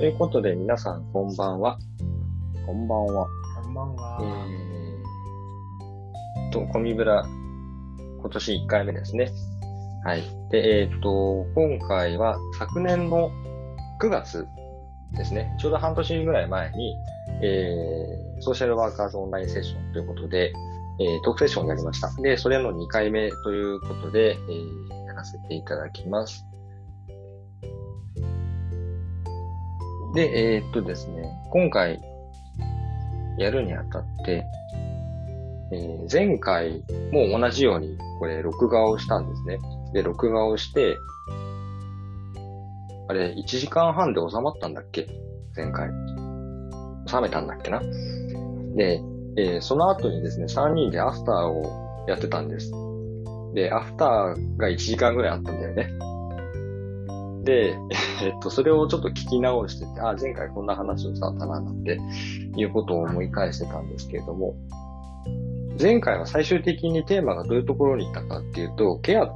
ということで、皆さん、こんばんは。 こんばんは。 こんばんは。 コミブラ、今年1回目ですね。はい。で、今回は昨年の9月ですね。ちょうど半年ぐらい前に、ソーシャルワーカーズオンラインセッションということで、トークセッションをやりました。で、それの2回目ということで、やらせていただきます。で、ですね、今回やるにあたって、前回も同じようにこれ録画をしたんですね。で、録画をして、あれ、1時間半で収まったんだっけ？前回。収めたんだっけな？で、その後にですね、3人でアフターをやってたんです。で、アフターが1時間ぐらいあったんだよね。で、それをちょっと聞き直してて、前回こんな話をしたんだな、なんていうことを思い返してたんですけれども、前回は最終的にテーマがどういうところに行ったかっていうと、ケアって、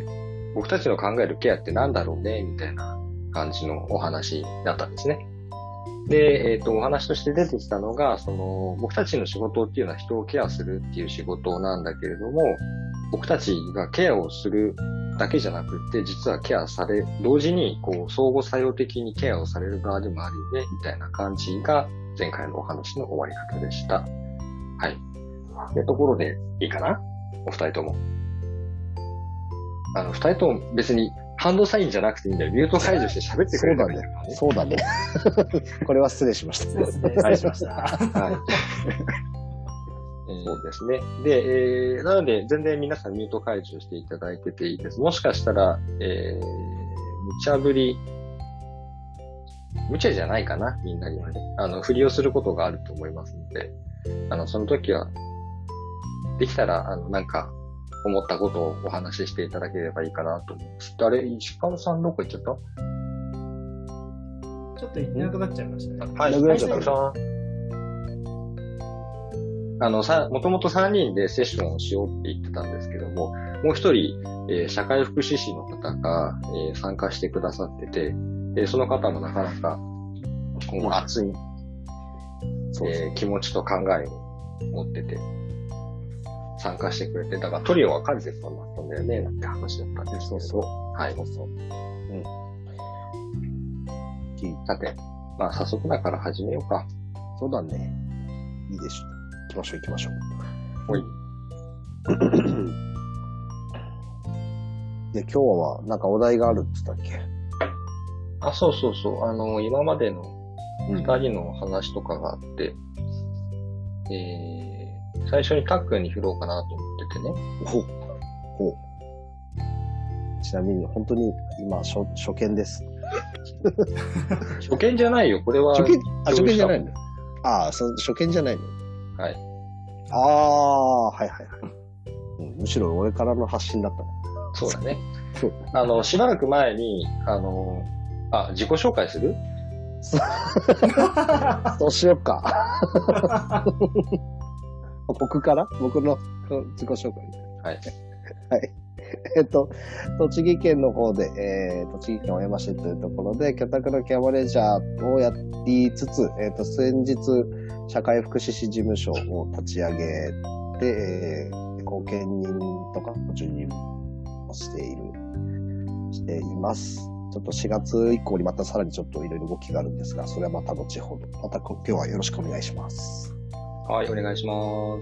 僕たちの考えるケアってなんだろうね、みたいな感じのお話だったんですね。で、お話として出てきたのが、僕たちの仕事っていうのは人をケアするっていう仕事なんだけれども、僕たちがケアをするだけじゃなくて、実はケアされ、同時に相互作用的にケアをされる側でもあるよね、みたいな感じが前回のお話の終わり方でした。はい。で、ところでいいかな？お二人とも。二人とも別にハンドサインじゃなくていいんだよ。ミュート解除して喋ってくれればいいんだよね。 そうだね。これは失礼しました。 そうですね。失礼しました。 はい。そうですね。で、なので全然皆さんミュート解除していただいてていいです。もしかしたら、無茶ぶり、無茶じゃないかな、みんなにはね。振りをすることがあると思いますので、その時は、できたら、なんか、思ったことをお話ししていただければいいかなと思います。あれ、石川さんどこ行っちゃった？ ちょっといなくなっちゃいましたね。 はい、いなくなっちゃった。もともと3人でセッションをしようって言ってたんですけども、もう一人、社会福祉士の方が、参加してくださってて、その方もなかなか、熱い、気持ちと考えを持ってて、参加してくれて、だからトリオはカルゼットになったんだよね、なんて話だったんですけど。 そう。 はい。 そうそう。 さて、早速だから始めようか。 そうだね。いいでしょう。行きましょう。 ほい。 で、今日はなんかお題があるって言ったっけ？ そうそうそう。今までの2人の話とかがあって、最初にタックンに振ろうかなと思っててね。 ほう。ちなみに本当に今初見です。 初見じゃないよ。これは初見じゃないの？初見じゃないの？ はい。 はい。むしろ俺からの発信だったね。 そうだね。しばらく前に、自己紹介する？ そうしよっか。僕の自己紹介。 はい。 はい。栃木県の方で、栃木県小山市というところで、居宅のケアマネージャーをやりつつ、先日、社会福祉士事務所を立ち上げて、後見人とか受任をしています。ちょっと4月以降にまたさらにちょっといろいろ動きがあるんですが、それはまた後ほど。また今日はよろしくお願いします。 はい、お願いします。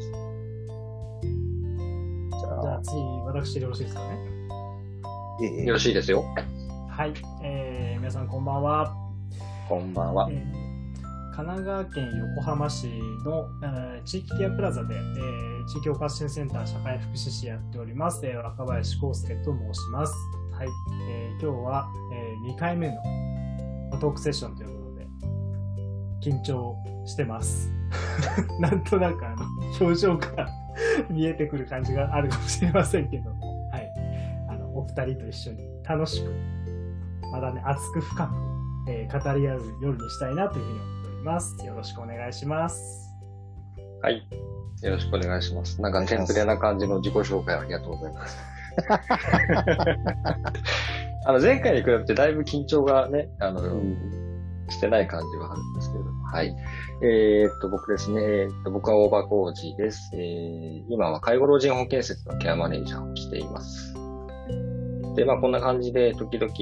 じゃあ次、私でよろしいですかね。 よろしいですよ。 はい。皆さんこんばんは。 こんばんは。 神奈川県横浜市の、地域ケアプラザで、地域包括支援センター社会福祉士やっております、若林康介と申します。はい。今日は、2回目のトークセッションということで、緊張してます。なんとなく表情から見えてくる感じがあるかもしれませんけども、はい。お二人と一緒に楽しく、まだね、熱く深く、語り合う夜にしたいなというふうに思っております。よろしくお願いします。 はい。よろしくお願いします。なんかテンプレな感じの自己紹介ありがとうございます。前回に比べてだいぶ緊張がね、 してない感じはあるんですけれども。はい。僕ですね。僕は大場浩二です。今は介護老人保健施設のケアマネージャーをしています。で、こんな感じで、時々、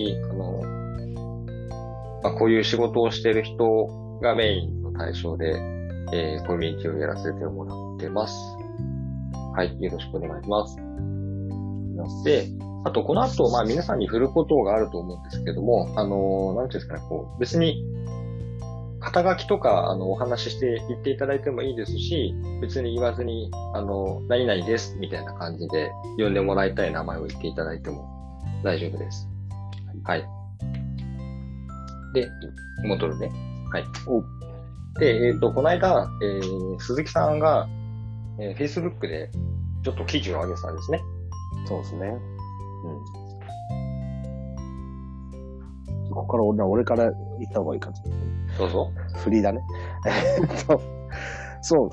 こういう仕事をしている人がメインの対象で、コミュニティをやらせてもらってます。はい。よろしくお願いします。で、あと、この後、皆さんに振ることがあると思うんですけども、なんていうんですかね、別に、肩書きとか、お話しして言っていただいてもいいですし、別に言わずに、何々です、みたいな感じで、呼んでもらいたい名前を言っていただいても大丈夫です。はい。で、戻るね。はい。で、この間、鈴木さんが、Facebook で、ちょっと記事を上げてたんですね。 そうですね。ここから俺から言った方がいいかと。 どうぞ。 フリーだね。そう、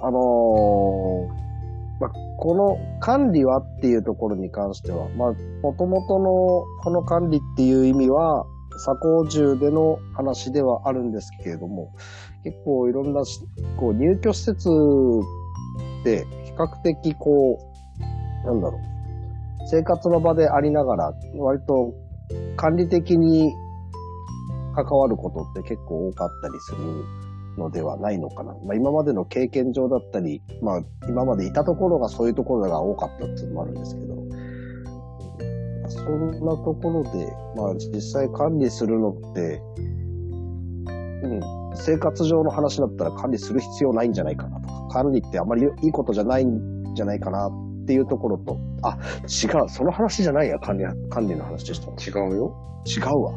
この管理はっていうところに関しては、もともとのこの管理っていう意味は、左高中での話ではあるんですけれども、結構いろんな入居施設で比較的生活の場でありながら、割と管理的に関わることって結構多かったりするのではないのかな。今までの経験上だったり、今までいたところがそういうところが多かったっていうのもあるんですけど、そんなところで、実際管理するのって、生活上の話だったら管理する必要ないんじゃないかなとか、管理ってあまりいいことじゃないんじゃないかなっていうところと、違う、その話じゃないや、管理の話でした。 違うよ。 違うわ。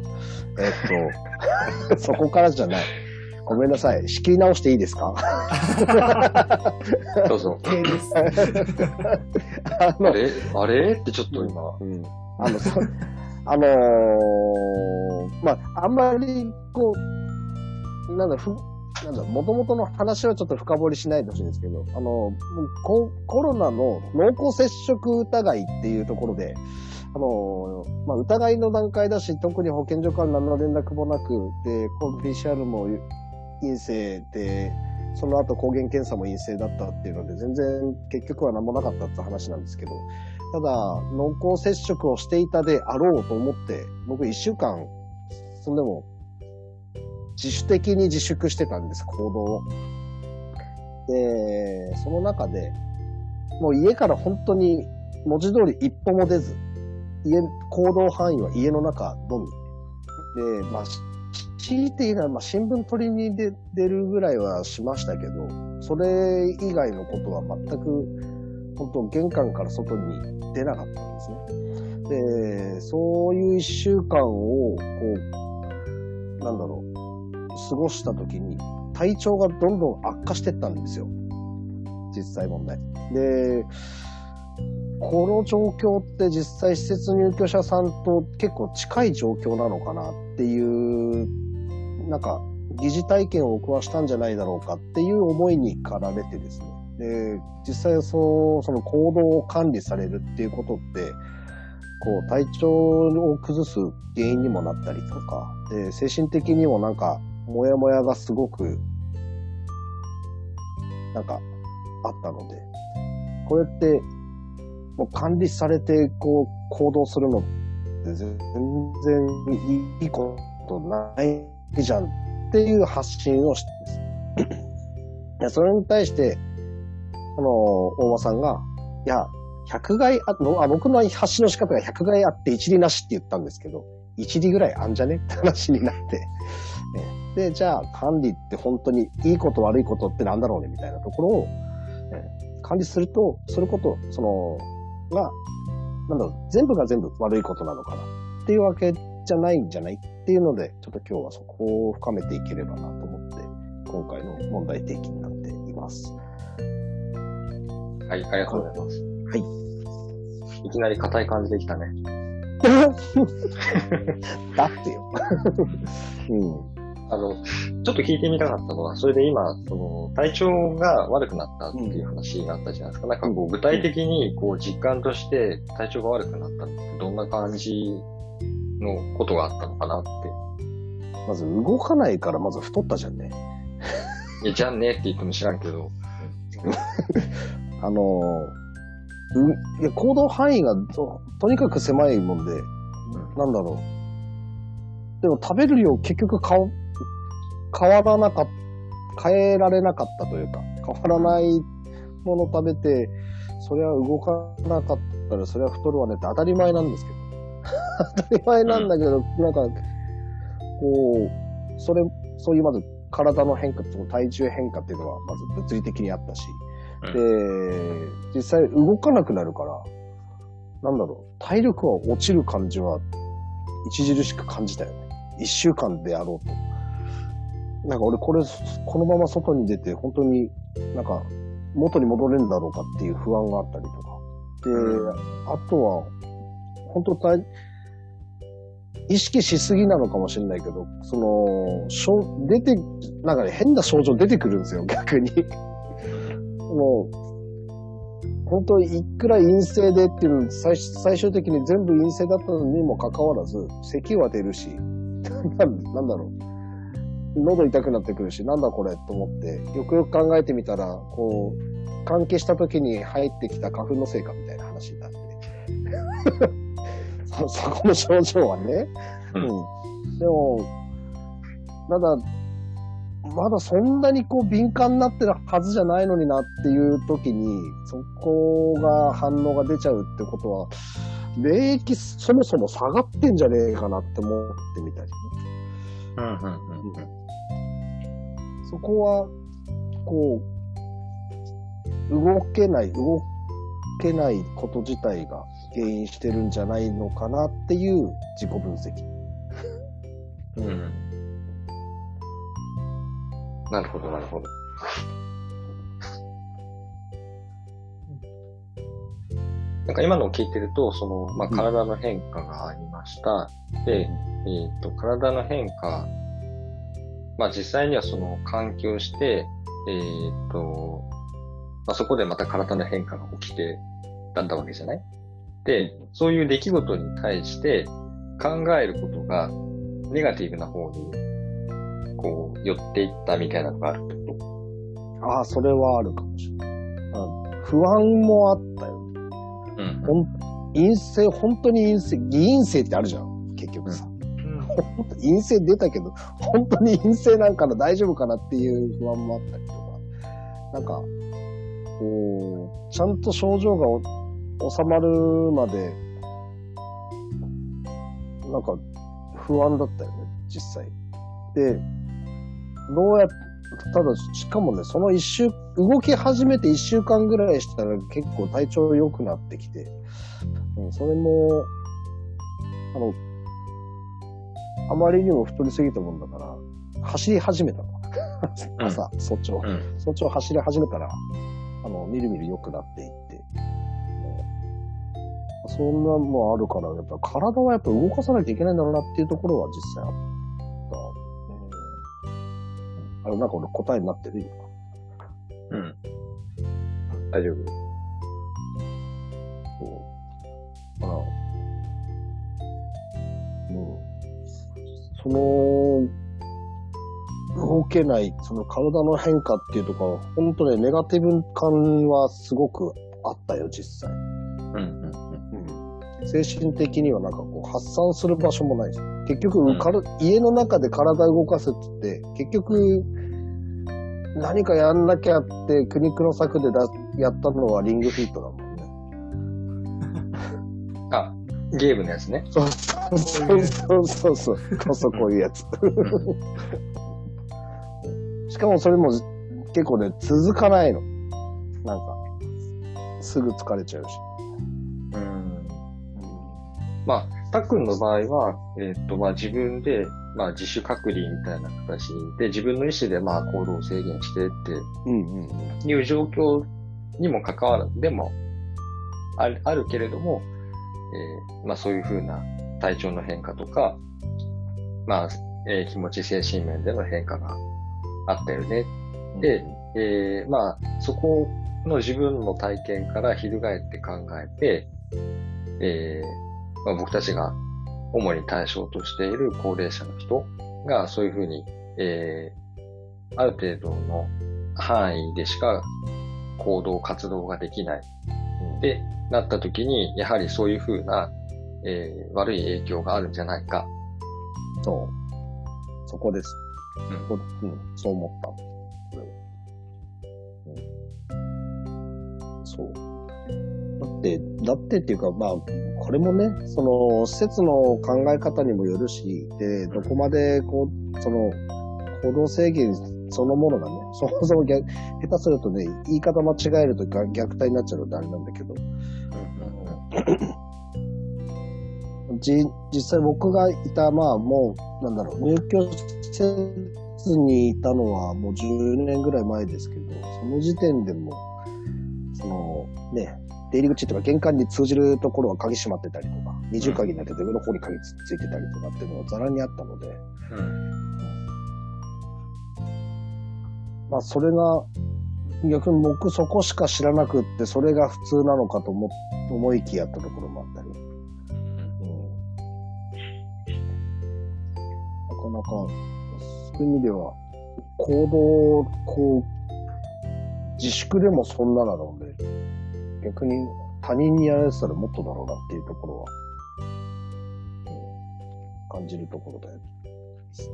そこからじゃない。ごめんなさい。仕切り直していいですか？ どうぞ。 OK です。 あれってちょっと今。 あんまりもともとの話はちょっと深掘りしないでほしいんですけど、コロナの濃厚接触疑いっていうところで、疑いの段階だし、特に保健所から何の連絡もなく、で、PCR も陰性で、その後抗原検査も陰性だったっていうので、全然結局は何もなかったって話なんですけど、ただ、濃厚接触をしていたであろうと思って、僕1週間、そんでも、自主的に自粛してたんです、行動を。で、その中で、もう家から本当に文字通り一歩も出ず、行動範囲は家の中のみ。で、強いて言うのは、新聞取りに出るぐらいはしましたけど、それ以外のことは全く、本当玄関から外に出なかったんですね。で、そういう一週間を、過ごした時に、体調がどんどん悪化してったんですよ。実際問題。で、この状況って実際施設入居者さんと結構近い状況なのかなっていう、疑似体験を僕はしたんじゃないだろうかっていう思いに駆られてですね。で、実際その行動を管理されるっていうことって、体調を崩す原因にもなったりとか、で、精神的にももやもやがすごく、あったので、これって、もう管理されて、行動するのって全然いいことないじゃんっていう発信をしてです。それに対して、大場さんが、いや、100害僕の発信の仕方が100害あって一理なしって言ったんですけど、一理ぐらいあんじゃねって話になって、で、じゃあ管理って本当にいいこと悪いことってなんだろうねみたいなところを、管理すると、それこと、全部が全部悪いことなのかなっていうわけじゃないんじゃないっていうので、ちょっと今日はそこを深めていければなと思って、今回の問題提起になっています。 はい、ありがとうございます。 はい。 いきなり硬い感じできたね。 だってよ。 ちょっと聞いてみたかったのは、それで今、体調が悪くなったっていう話があったじゃないですか。具体的に実感として体調が悪くなったってどんな感じのことがあったのかなって。 まず動かないからまず太ったじゃんね。 いや、じゃんねって言っても知らんけど。 いや行動範囲がとにかく狭いもんで、なんだろう。でも食べる量結局変えられなかったというか、変わらないもの食べて、それは動かなかったらそれは太るわねって当たり前なんですけど。当たり前なんだけど、なんか、こう、そういうまず体の変化、体重変化っていうのはまず物理的にあったし、で、実際動かなくなるから、なんだろう、体力は落ちる感じは著しく感じたよね。1週間でやろうと。なんか俺このまま外に出て本当になんか元に戻れるんだろうかっていう不安があったりとか。で、あとは、本当意識しすぎなのかもしれないけど、なんかね、変な症状出てくるんですよ、逆に。もう、本当にいくら陰性でっていうの最終的に全部陰性だったのにもかかわらず、咳は出るし、なんだろう。喉痛くなってくるし、なんだこれと思って、よくよく考えてみたら、こう、換気した時に入ってきた花粉のせいかみたいな話になって。そこの症状はね。うん。でも、まだそんなにこう敏感になってるはずじゃないのになっていう時に、そこが反応が出ちゃうってことは、免疫そもそも下がってんじゃねえかなって思ってみたりね。そこは、こう、動けないこと自体が原因してるんじゃないのかなっていう自己分析。 なるほど、なるほど。なんか今のを聞いてると、体の変化がありました。で、体の変化、実際には環境して、そこでまた体の変化が起きてだったわけじゃない？で、そういう出来事に対して考えることがネガティブな方にこう寄っていったみたいなのがあるってこと？ ああ、それはあるかもしれない。不安もあったよね。本当に陰性、偽陰性ってあるじゃん、結局さ。陰性出たけど、本当に陰性なんかな、大丈夫かなっていう不安もあったりとか、なんか、こう、ちゃんと症状が収まるまで、なんか不安だったよね、実際。で、ただ、しかもね、動き始めて1週間ぐらいしたら結構体調良くなってきて、それも、あまりにも太りすぎたもんだから、走り始めたの。朝、早朝走り始めたら、みるみる良くなっていって、そんなのもあるから、やっぱ体はやっぱ動かさなきゃいけないんだろうなっていうところは実際あった。なんか俺答えになってる？ 大丈夫。 動けない、体の変化っていうところ、本当ね、ネガティブ感はすごくあったよ、実際。精神的にはなんかこう、発散する場所もないし。結局、家の中で体動かすって言って、結局、何かやんなきゃって苦肉の策でやったのはリングフィットだもんね。 あ、ゲームのやつね。 そう。こういうやつ。しかもそれも結構ね、続かないの。なんか、すぐ疲れちゃうし。 たっくんの場合は、自分で、自主隔離みたいな形で、自分の意思で、行動を制限してっていう状況にも関わらず、でも、あるけれども、そういう風な体調の変化とか、気持ち、精神面での変化があったよね。で、そこの自分の体験から翻って考えて、僕たちが主に対象としている高齢者の人がそういうふうに、ある程度の範囲でしか行動、活動ができない。で、なった時に、やはりそういうふうな、悪い影響があるんじゃないか。 そう。そこです。そう思った。そう。だってっていうか、まあ、これもね、その、施設の考え方にもよるし、で、どこまで、こう、その、行動制限そのものがね、そもそも下手するとね、言い方間違えると虐待になっちゃうのであれなんだけど、実際僕がいた、まあもう、なんだろう、入居施設にいたのはもう10年ぐらい前ですけど、その時点でも、その、ね、出入り口とか玄関に通じるところは鍵閉まってたりとか、二重鍵になってて上の方に鍵ついてたりとかっていうのがザラにあったので、まあそれが、逆に僕そこしか知らなくって、それが普通なのかと思いきやったところもあったり。なかなか、そういう意味では、行動、こう、自粛でもそんななので、逆に他人にやられてたらもっとだろうなっていうところは、感じるところですね。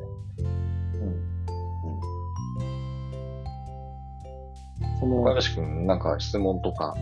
岡林くん、なんか質問とか、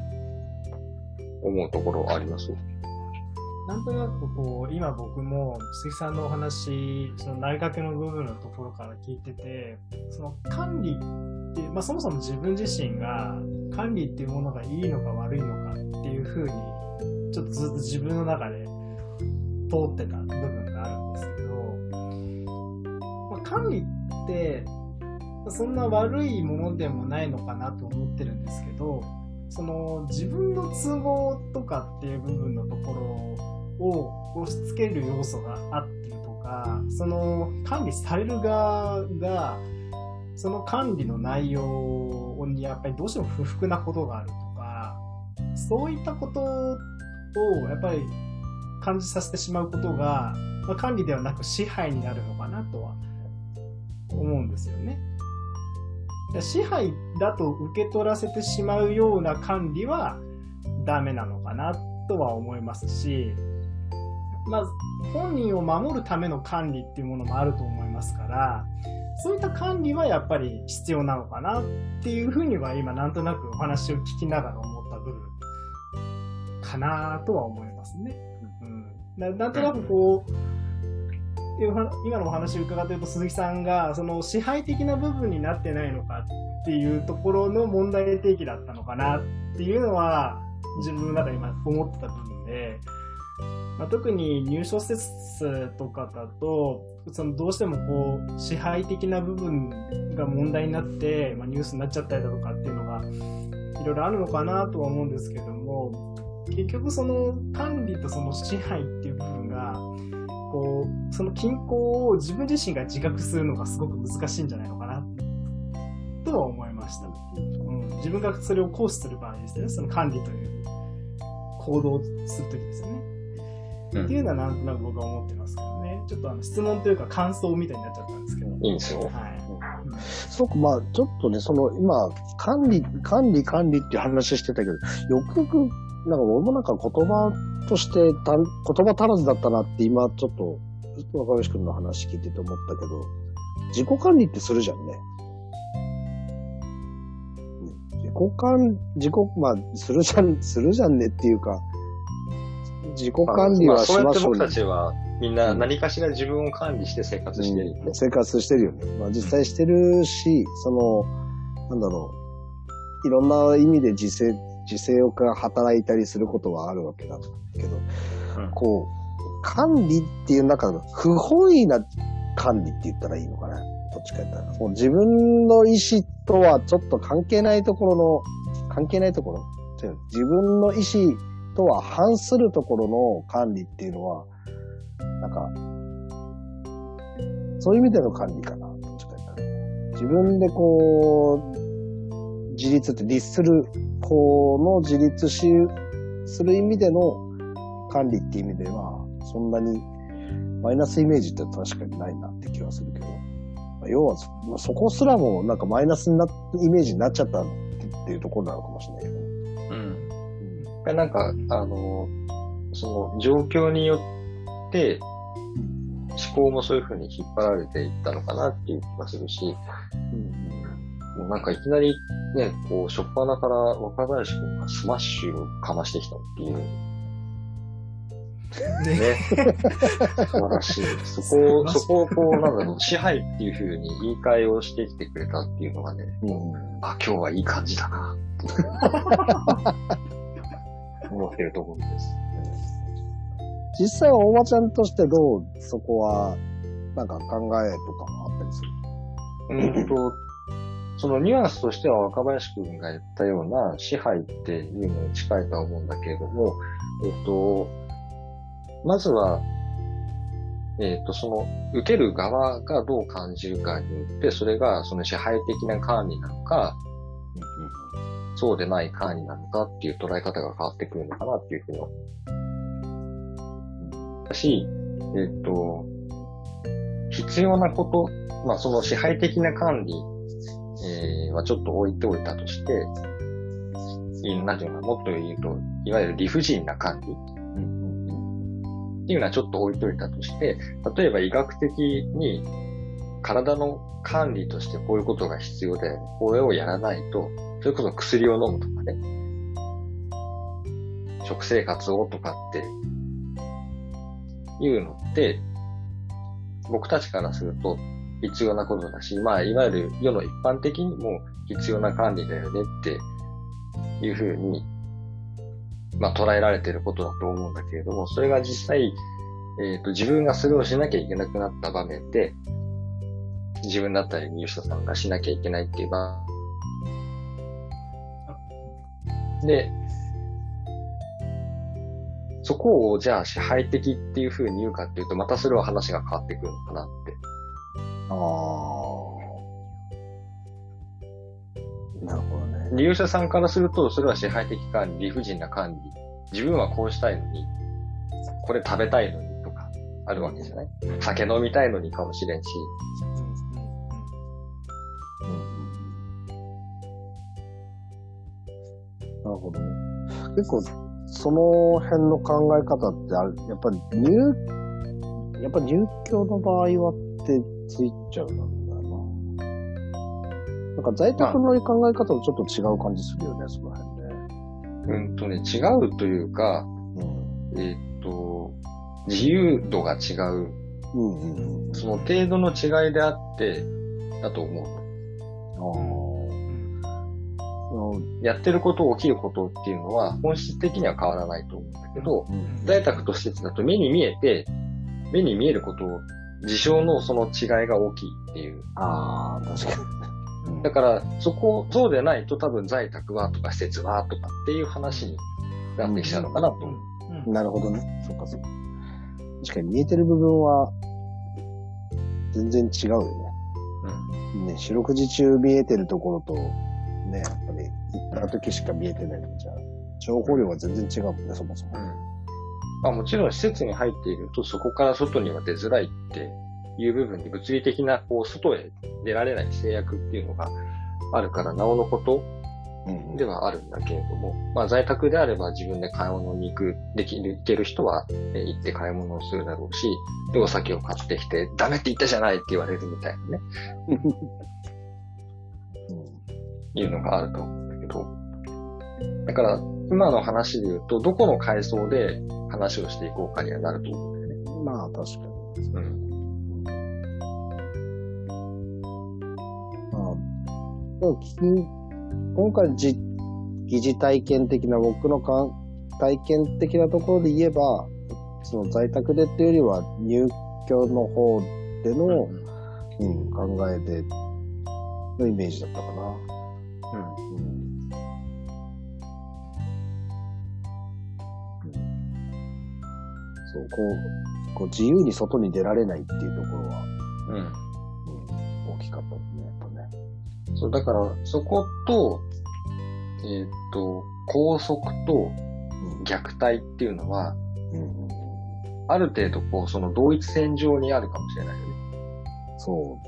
思うところあります？ なんとなくこう、今僕も鈴木さんのお話、その内閣の部分のところから聞いてて、その管理って、まあそもそも自分自身が管理っていうものがいいのか悪いのかっていうふうに、ちょっとずっと自分の中で通ってた部分があるんですけど、まあ、管理ってそんな悪いものでもないのかなと思ってるんですけど、その自分の都合とかっていう部分のところを押し付ける要素があってるとか、その管理される側がその管理の内容にやっぱりどうしても不服なことがあるとか、そういったことをやっぱり感じさせてしまうことが、まあ、管理ではなく支配になるのかなとは思うんですよね。支配だと受け取らせてしまうような管理はダメなのかなとは思いますし、まあ本人を守るための管理っていうものもあると思いますから、そういった管理はやっぱり必要なのかなっていうふうには今なんとなくお話を聞きながら思った部分かなとは思いますね。なんとなくこう、今のお話を伺っていると鈴木さんがその支配的な部分になってないのかっていうところの問題提起だったのかなっていうのは自分の中で今思ってた部分で、まあ、特に入所施設とかだとそのどうしてもこう支配的な部分が問題になって、まあ、ニュースになっちゃったりだとかっていうのがいろいろあるのかなとは思うんですけども、結局その管理とその支配っていう部分がこうその均衡を自分自身が自覚するのがすごく難しいんじゃないのかなとは思いました。自分がそれを行使する場合ですね、その管理という行動をするときですよね。っていうのはなんとなく僕は思ってますけどね。ちょっと質問というか感想みたいになっちゃったんですけど。 いいんですよ。はい。 そうか、まあちょっとね、その今管理っていう話してたけど、よくよくなんか俺もなんか言葉として言葉足らずだったなって今ちょっと若林くんの話聞いてて思ったけど、自己管理ってするじゃんね。まあするじゃんねっていうか、自己管理はしましょうね。 そうやって僕たちはみんな何かしら自分を管理して生活してるよね。 生活してるよね。まあ実際してるし、そのなんだろう、いろんな意味で自制が働いたりすることはあるわけだけど、こう管理っていう中の不本意な管理って言ったらいいのかな。どっちか言ったら、もう自分の意思とはちょっと関係ないところ、自分の意思とは反するところの管理っていうのは、なんかそういう意味での管理かな。どっちか言ったら、自分でこう自立って律するこの自立する意味での管理っていう意味ではそんなにマイナスイメージって確かにないなって気はするけど、要はそこすらもなんかマイナスなイメージになっちゃったっていうところなのかもしれないけど。 うん。なんか、その状況によって、思考もそういう風に引っ張られていったのかなっていう気がするし、もうなんかいきなりね、こう、初っ端から若林くんがスマッシュをかましてきたっていう。ね。素晴らしい。そこをこう、なんだろう、支配っていう風に言い換えをしてきてくれたっていうのがね、あ、今日はいい感じだな、って思ってるところです。 実際はおばちゃんとしてどう、そこは、なんか考えとかもあったりする？ そのニュアンスとしては若林くんが言ったような支配っていうのに近いとは思うんだけれども、まずは、その受ける側がどう感じるかによって、それがその支配的な管理なのか、そうでない管理なのかっていう捉え方が変わってくるのかなっていうふうに思う。だし、必要なこと、まあその支配的な管理、はちょっと置いておいたとして、なんていうのか、もっと言うと、いわゆる理不尽な管理っていうのはちょっと置いといたとして、例えば医学的に体の管理としてこういうことが必要で、これをやらないと、それこそ薬を飲むとかね、食生活をとかっていうのって、僕たちからすると必要なことだし、まあ、いわゆる世の一般的にも必要な管理だよねっていうふうに、まあ、捉えられていることだと思うんだけれども、それが実際、自分がそれをしなきゃいけなくなった場面で、自分だったり、入所さんがしなきゃいけないっていう場で、そこをじゃあ支配的っていうふうに言うかっていうと、またそれは話が変わってくるのかなって。 なるほどね。 利用者さんからすると、それは支配的管理、理不尽な管理。自分はこうしたいのに、これ食べたいのにとか、あるわけじゃない？酒飲みたいのにかもしれんし。 なるほどね。結構、その辺の考え方ってやっぱり入居の場合はってついちゃうなんだよな。なんか在宅の考え方とちょっと違う感じするよね、その辺で。 違うというか、自由度が違う。その程度の違いであって、だと思う。やってること、起きることっていうのは本質的には変わらないと思うんだけど、在宅と施設だと目に見えることを、事象のその違いが大きいっていう。 確かに。だから、そうでないと多分在宅はとか施設はとかっていう話になってきちゃうのかなと思う。なるほどね。そっかそっか。確かに見えてる部分は全然違うよね。ね、四六時中見えてるところと、ね、やっぱり行った時しか見えてないのじゃ、情報量が全然違うもんね、そもそも。 まあもちろん施設に入っているとそこから外には出づらいっていう部分に物理的な外へ出られない制約っていうのがあるからなおのことではあるんだけれども、まあ在宅であれば自分で買い物に行ける人は行って買い物をするだろうし、でお酒を買ってきてダメって言ったじゃないって言われるみたいなね。いうのがあると思うんだけど。だから、今の話で言うと、どこの階層で話をしていこうかにはなると思うんだよね。 まあ、確かに。でも今回疑似体験的な、僕の体験的なところで言えば、その在宅でっていうよりは入居の方での、考えでのイメージだったかな。そうこう自由に外に出られないっていうところは、大きかったですね、やっぱね。 そう、だから、そこと、拘束と虐待っていうのは、 ある程度その同一線上にあるかもしれないよね。 そう。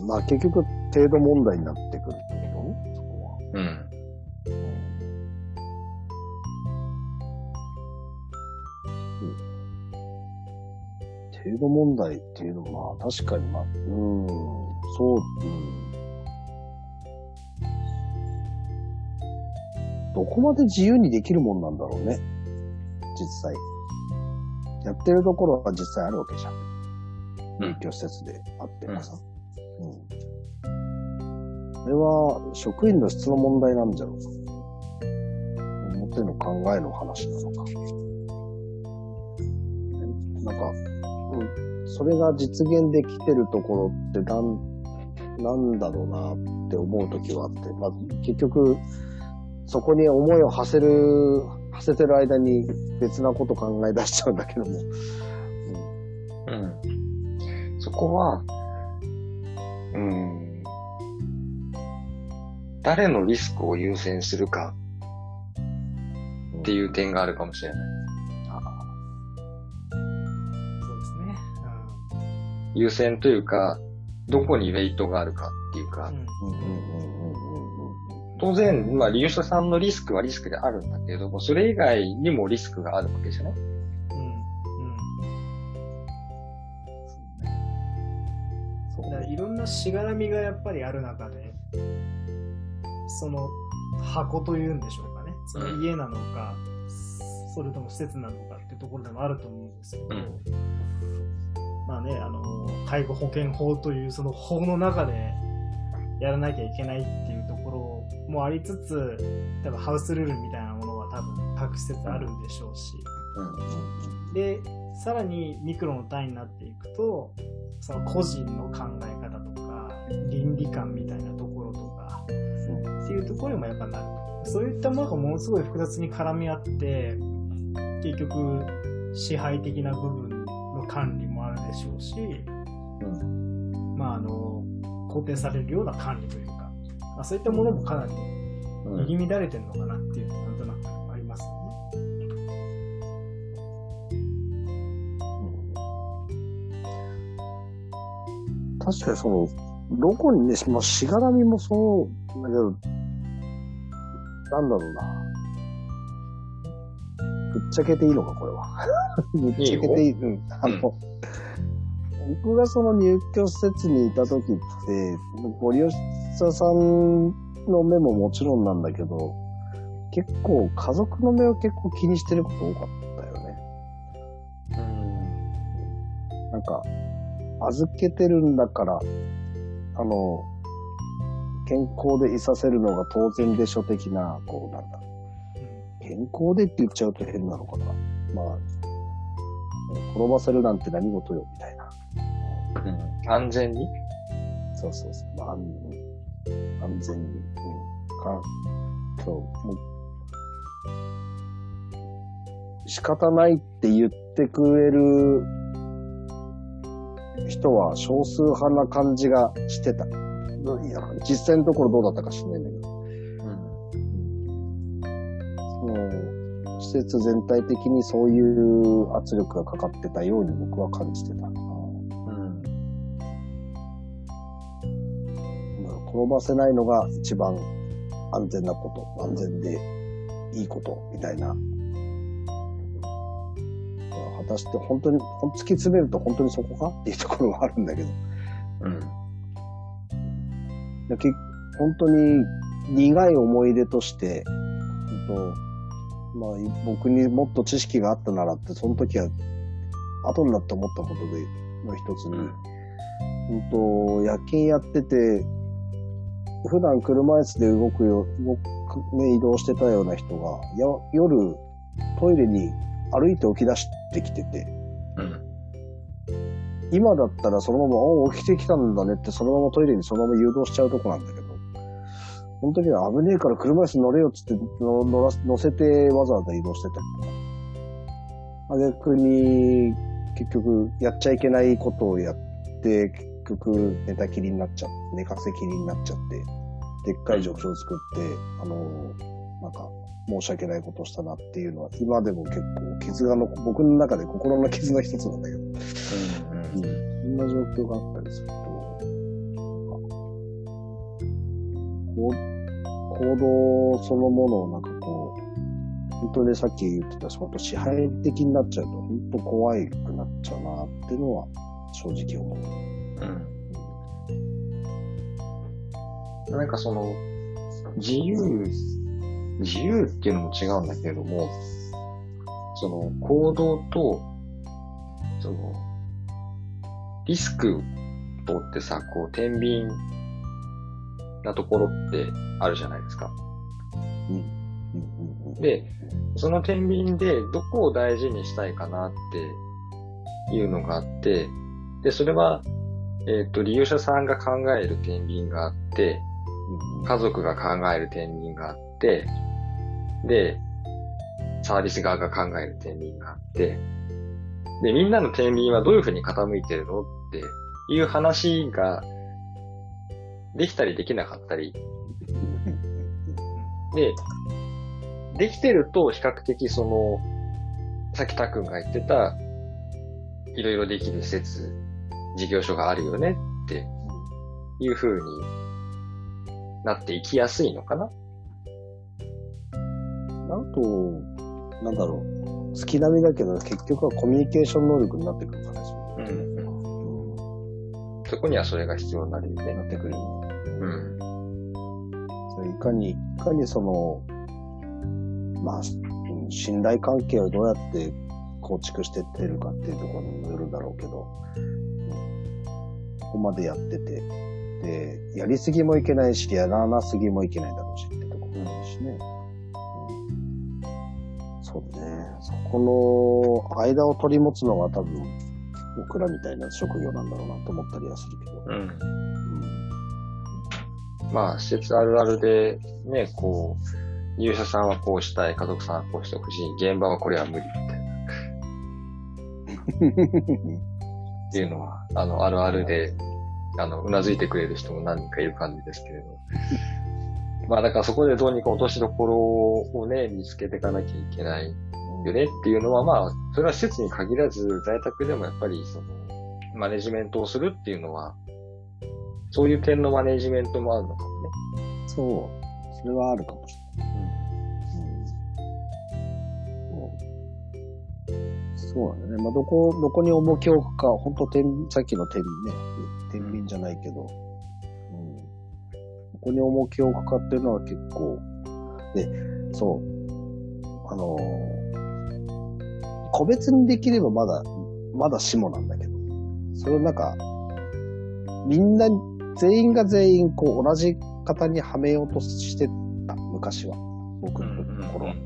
まあ結局、程度問題になってくるってことそこは。 うん。 程度問題っていうのは、まあ確かにそう、どこまで自由にできるもんなんだろうね。実際。やってるところは実際あるわけじゃん。入居施設であってもさ。これは職員の質の問題なんじゃろうか。表の考えの話なのか。なんか、それが実現できてるところってなんだろうなって思うときはあって、まあ結局、そこに思いを馳せてる間に別なこと考え出しちゃうんだけども。 そこは、誰のリスクを優先するかっていう点があるかもしれない。 そうですね。 優先というか、どこにウェイトがあるかっていうか、当然、まあ、利用者さんのリスクはリスクであるんだけれども、それ以外にもリスクがあるわけじゃない？ いろんなしがらみがやっぱりある中で、その箱というんでしょうかね。その家なのか、それとも施設なのかっていうところでもあると思うんですけど、まあね、介護保険法というその法の中でやらなきゃいけないっていうところもありつつ、多分ハウスルールみたいなものは多分各施設あるんでしょうし、で、さらにミクロの単位になっていくと、その個人の考え方とか倫理観みたいなところとかっていうところにもやっぱなると。そういったものがものすごい複雑に絡み合って、結局支配的な部分の管理もあるでしょうし、まあ肯定されるような管理というか、そういったものもかなり入り乱れてるのかなっていうのがなんとなくありますよね。 確かにどこにね、まあ、しがらみもそうだけど、なんだろうな。ぶっちゃけていいのか、これは。ぶっちゃけていい。僕がその入居施設にいた時って、ご利用者さんの目ももちろんなんだけど、結構家族の目を結構気にしてること多かったよね。なんか、預けてるんだから、健康でいさせるのが当然でしょ的な、健康でって言っちゃうと変なのかな。まあ、転ばせるなんて何事よ、みたいな。 安全に？ そう。まあ、安全に。もう仕方ないって言ってくれる人は少数派な感じがしてた。いや、実際のところどうだったか知らないんだけど。施設全体的にそういう圧力がかかってたように僕は感じてた。転ばせないのが一番安全なこと、安全でいいことみたいな。果たして本当に突き詰めると本当にそこかっていうところはあるんだけど。本当に苦い思い出として、まあ、僕にもっと知識があったならって、その時は後になって思ったことでの一つに、夜勤やってて、普段車椅子で移動してたような人が、夜トイレに歩いて起き出してきてて、今だったらそのまま、起きてきたんだねってそのままトイレにそのまま誘導しちゃうとこなんだけど、本当には危ねえから車椅子乗れよっつって乗せてわざわざ移動してたりとか。逆に、結局、やっちゃいけないことをやって、結局、寝たきりになっちゃって、寝かせきりになっちゃって、でっかい状況を作って、 申し訳ないことをしたなっていうのは、今でも結構僕の中で心の傷の一つなんだけど、そんな状況があったりすると、行動そのものをなんかこう、本当にさっき言ってた、本当支配的になっちゃうと、本当怖くなっちゃうなっていうのは正直思う。 なんかその、自由っていうのも違うんだけれども、その行動と、その、リスクとってさ、こう、天秤なところってあるじゃないですか。で、その天秤でどこを大事にしたいかなっていうのがあって、で、それは、利用者さんが考える天秤があって、家族が考える天秤があって、で、サービス側が考える天秤があって、で、みんなの天秤はどういうふうに傾いてるのっていう話ができたりできなかったり。で、できてると比較的その、さっきたくんが言ってた、いろいろできる施設、事業所があるよねっていうふうになっていきやすいのかな。 あと、なんだろう、月並みだけど結局はコミュニケーション能力になってくるからですよね。 そこにはそれが必要になるよね。 なってくるよね。それいかにその、まあ、信頼関係をどうやって構築していってるかっていうところにもよるだろうけど、ここまでやってて、で、やりすぎもいけないし、やらなすぎもいけないだろうしってところもあるしね。そうね。そこの間を取り持つのが多分、僕らみたいな職業なんだろうなと思ったりはするけど。 まあ、施設あるあるで、ね、こう、利用者さんはこうしたい、家族さんはこうしてほしい、現場はこれは無理みたいな。っていうのは、あるあるで、うなずいてくれる人も何人かいる感じですけれど。まあ、だからそこでどうにか落としどころをね、見つけていかなきゃいけないよねっていうのは、まあ、それは施設に限らず、在宅でもやっぱり、その、マネジメントをするっていうのは、そういう点のマネジメントもあるのかもね。 そう。それはあるかもしれない。そうなんだね。まあ、どこに重きを置くか、本当さっきの天秤じゃないけど、どこに重きを置くかっていうのは結構、で、そう、個別にできればまだしもなんだけど、それをなんか、みんな、全員が全員、こう、同じ型にはめようとしてた、昔は。僕の頃は。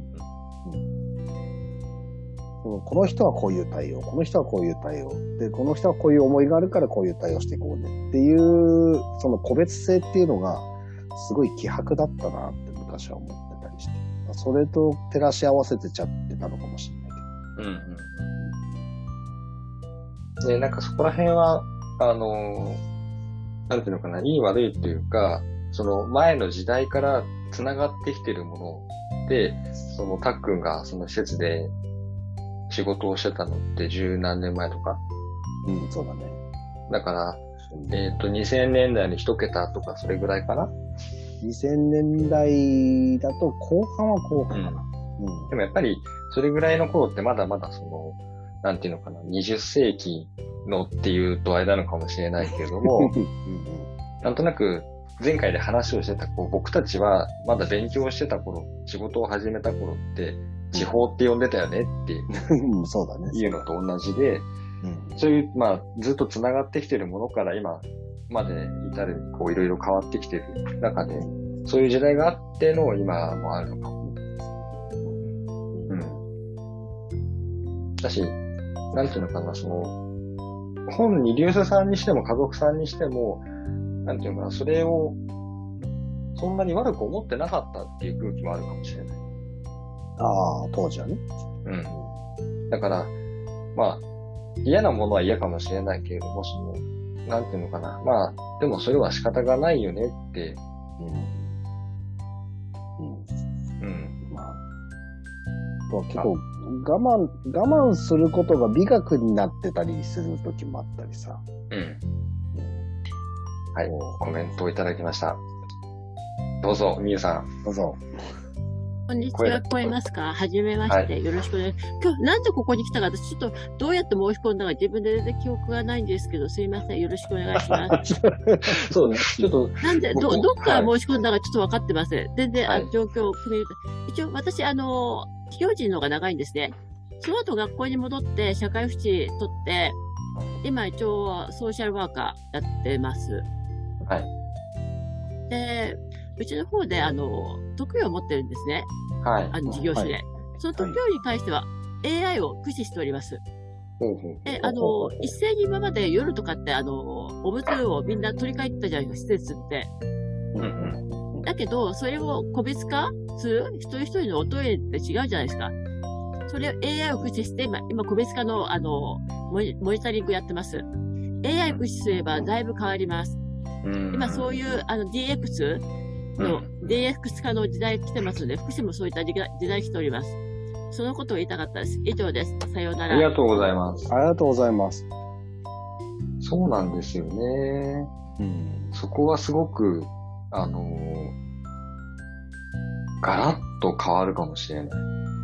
この人はこういう対応、この人はこういう対応。で、この人はこういう思いがあるからこういう対応していこうね。っていう、その個別性っていうのが、すごい希薄だったなって昔は思ってたりして。それと照らし合わせてちゃってたのかもしれないけど。 で、なんかそこら辺は、なんていうのかな、いい悪いというか、その前の時代から繋がってきてるもので、そのたっくんがその施設で仕事をしてたのって十何年前とか。 そうだね。 だから、2000年代の一桁とかそれぐらいかな。 2000年代だと後半は後半かな。 でもやっぱりそれぐらいの頃ってまだまだその、なんていうのかな、20世紀のっていうとあれなのかもしれないけれども、なんとなく前回で話をしてた、こう僕たちはまだ勉強してた頃、仕事を始めた頃って、地方って呼んでたよねっていう、 そうだね。 いうのと同じで、そういう、まあ、ずっと繋がってきてるものから今まで至る、こういろいろ変わってきてる中で、そういう時代があっての今もあるのかも。だし、なんていうのかな、その、本に利用者さんにしても家族さんにしても、なんていうのかな、それを、そんなに悪く思ってなかったっていう空気もあるかもしれない。 ああ、当時はね。 だから、まあ、嫌なものは嫌かもしれないけれども、その、なんていうのかな。まあ、でもそれは仕方がないよねって。 とは結構我慢することが美学になってたりする時もあったりさ。 うん。はい、コメントをいただきました。どうぞ、みゆさん。 どうぞ。 こんにちは、聞こえますか？はじめまして、はい、よろしくお願いします。今日、なんでここに来たか、私ちょっとどうやって申し込んだか自分で全然記憶がないんですけど、すいません、よろしくお願いします。 そうね、ちょっと。 なんで、どっから申し込んだかちょっと分かってません。全然、はい、状況を含めると。一応、私、企業人の方が長いんですね。その後学校に戻って、社会福祉取って、今一応、ソーシャルワーカーやってます。 はい。 で、うちの方で、特許を持ってるんですね。 はい。 事業種で。はい、その特許に関しては、AI を駆使しております。一斉に今まで夜とかって、おむつをみんな取り替えてたじゃないですか、施設って。だけど、それを個別化する一人一人のおトイレって違うじゃないですか。それを AI を駆使して、今個別化の、モニタリングやってます。AI 駆使すればだいぶ変わります。今そういう、DX の DX 化の時代来てますので、福祉もそういった時代来ております。そのことを言いたかったです。以上です。さようなら。 ありがとうございます。 ありがとうございます。 そうなんですよね。そこはすごく、ガラッと変わるかもしれない。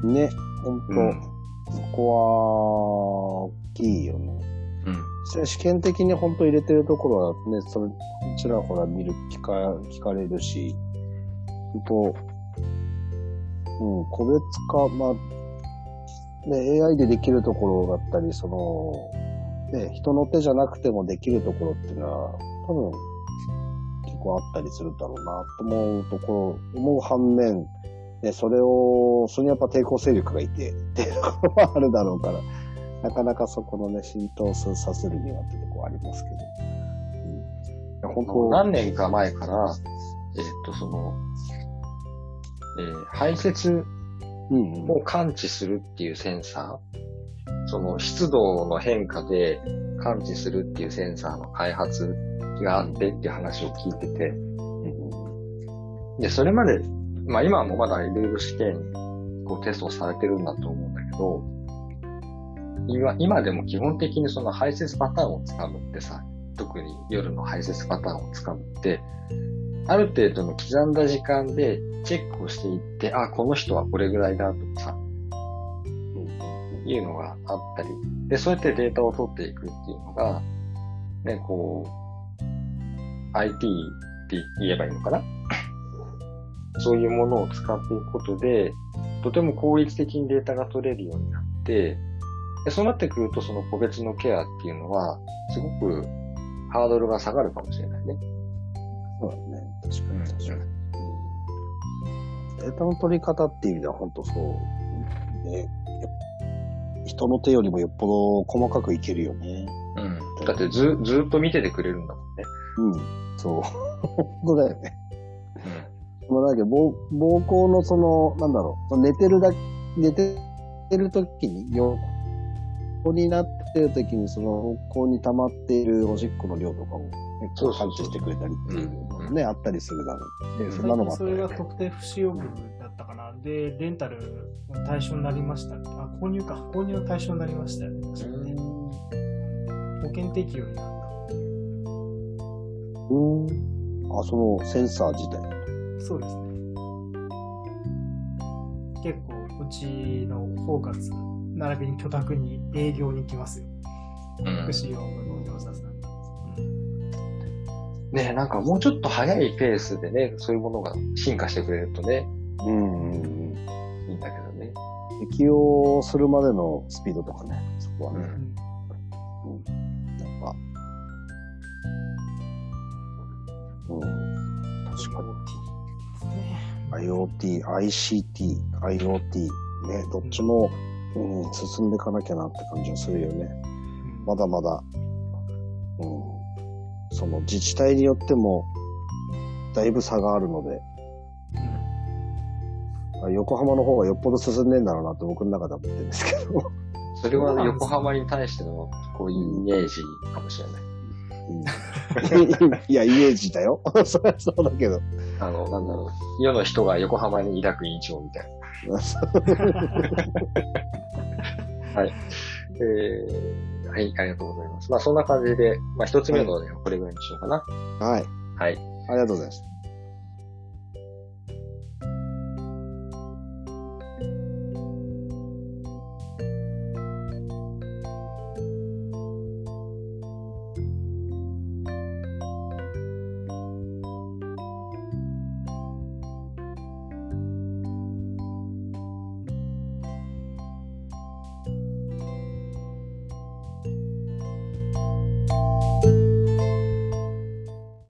ね、本当、そこは、大きいよね。試験的に本当入れてるところはね、ちらほら聞かれるし、本当、個別化、ね、AI でできるところだったり、ね、人の手じゃなくてもできるところっていうのは、多分、結構あったりするだろうな、と思う反面、ね、それにやっぱ抵抗勢力がいて、っていうところはあるだろうから、なかなかそこのね、浸透させるにはってところありますけど。 本当何年か前から、排泄を感知するっていうセンサー、湿度の変化で感知するっていうセンサーの開発があってっていう話を聞いてて、で、それまで、今もまだいろいろ試験、テストされてるんだと思うんだけど、今でも基本的にその排泄パターンをつかむってさ、特に夜の排泄パターンをつかむって、ある程度の刻んだ時間でチェックをしていって、この人はこれぐらいだとかさ、いうのがあったり、で、そうやってデータを取っていくっていうのが、ね、IT って言えばいいのかなそういうものを使っていくことで、とても効率的にデータが取れるようになって、でそうなってくると、その個別のケアっていうのは、すごくハードルが下がるかもしれないね。 そうだね。確かに。データの取り方っていう意味では本当そう。ね、人の手よりもよっぽど細かくいけるよね。 だってずっと見ててくれるんだもんね。 そう。本当だよね。だけど、膀胱の寝てる時に、横になってる時に膀胱に溜まっているおしっこの量とかも、感知してくれたりっていうのがね、あったりするだろう。で、 そんなのもあったり。それが特定不使用部だったかな。で、レンタルの対象になりました。購入の対象になりましたよね。保険適用になった。 そのセンサー自体。 そうですね。結構うちの包括並びに居宅に営業に行きますよ。福祉用の業者さん。 ねえ、なんかもうちょっと早いペースでね、そういうものが進化してくれるとね、いいんだけどね。 適用するまでのスピードとかね、そこはね。やっぱ。確かに。IoT、ICT、ね、どっちも、進んでいかなきゃなって感じがするよね。まだまだ、その自治体によっても、だいぶ差があるので、横浜の方がよっぽど進んでんだろうなと僕の中では思ってるんですけど。 それは横浜に対してのこういうイメージかもしれない。 いや、イメージだよ。そりゃそうだけど。 世の人が横浜に抱く印象みたいはい。はい、ありがとうございます。まあ、そんな感じで、まあ、一つ目のね、これぐらいにしようかな。 はい。 はい。 ありがとうございます。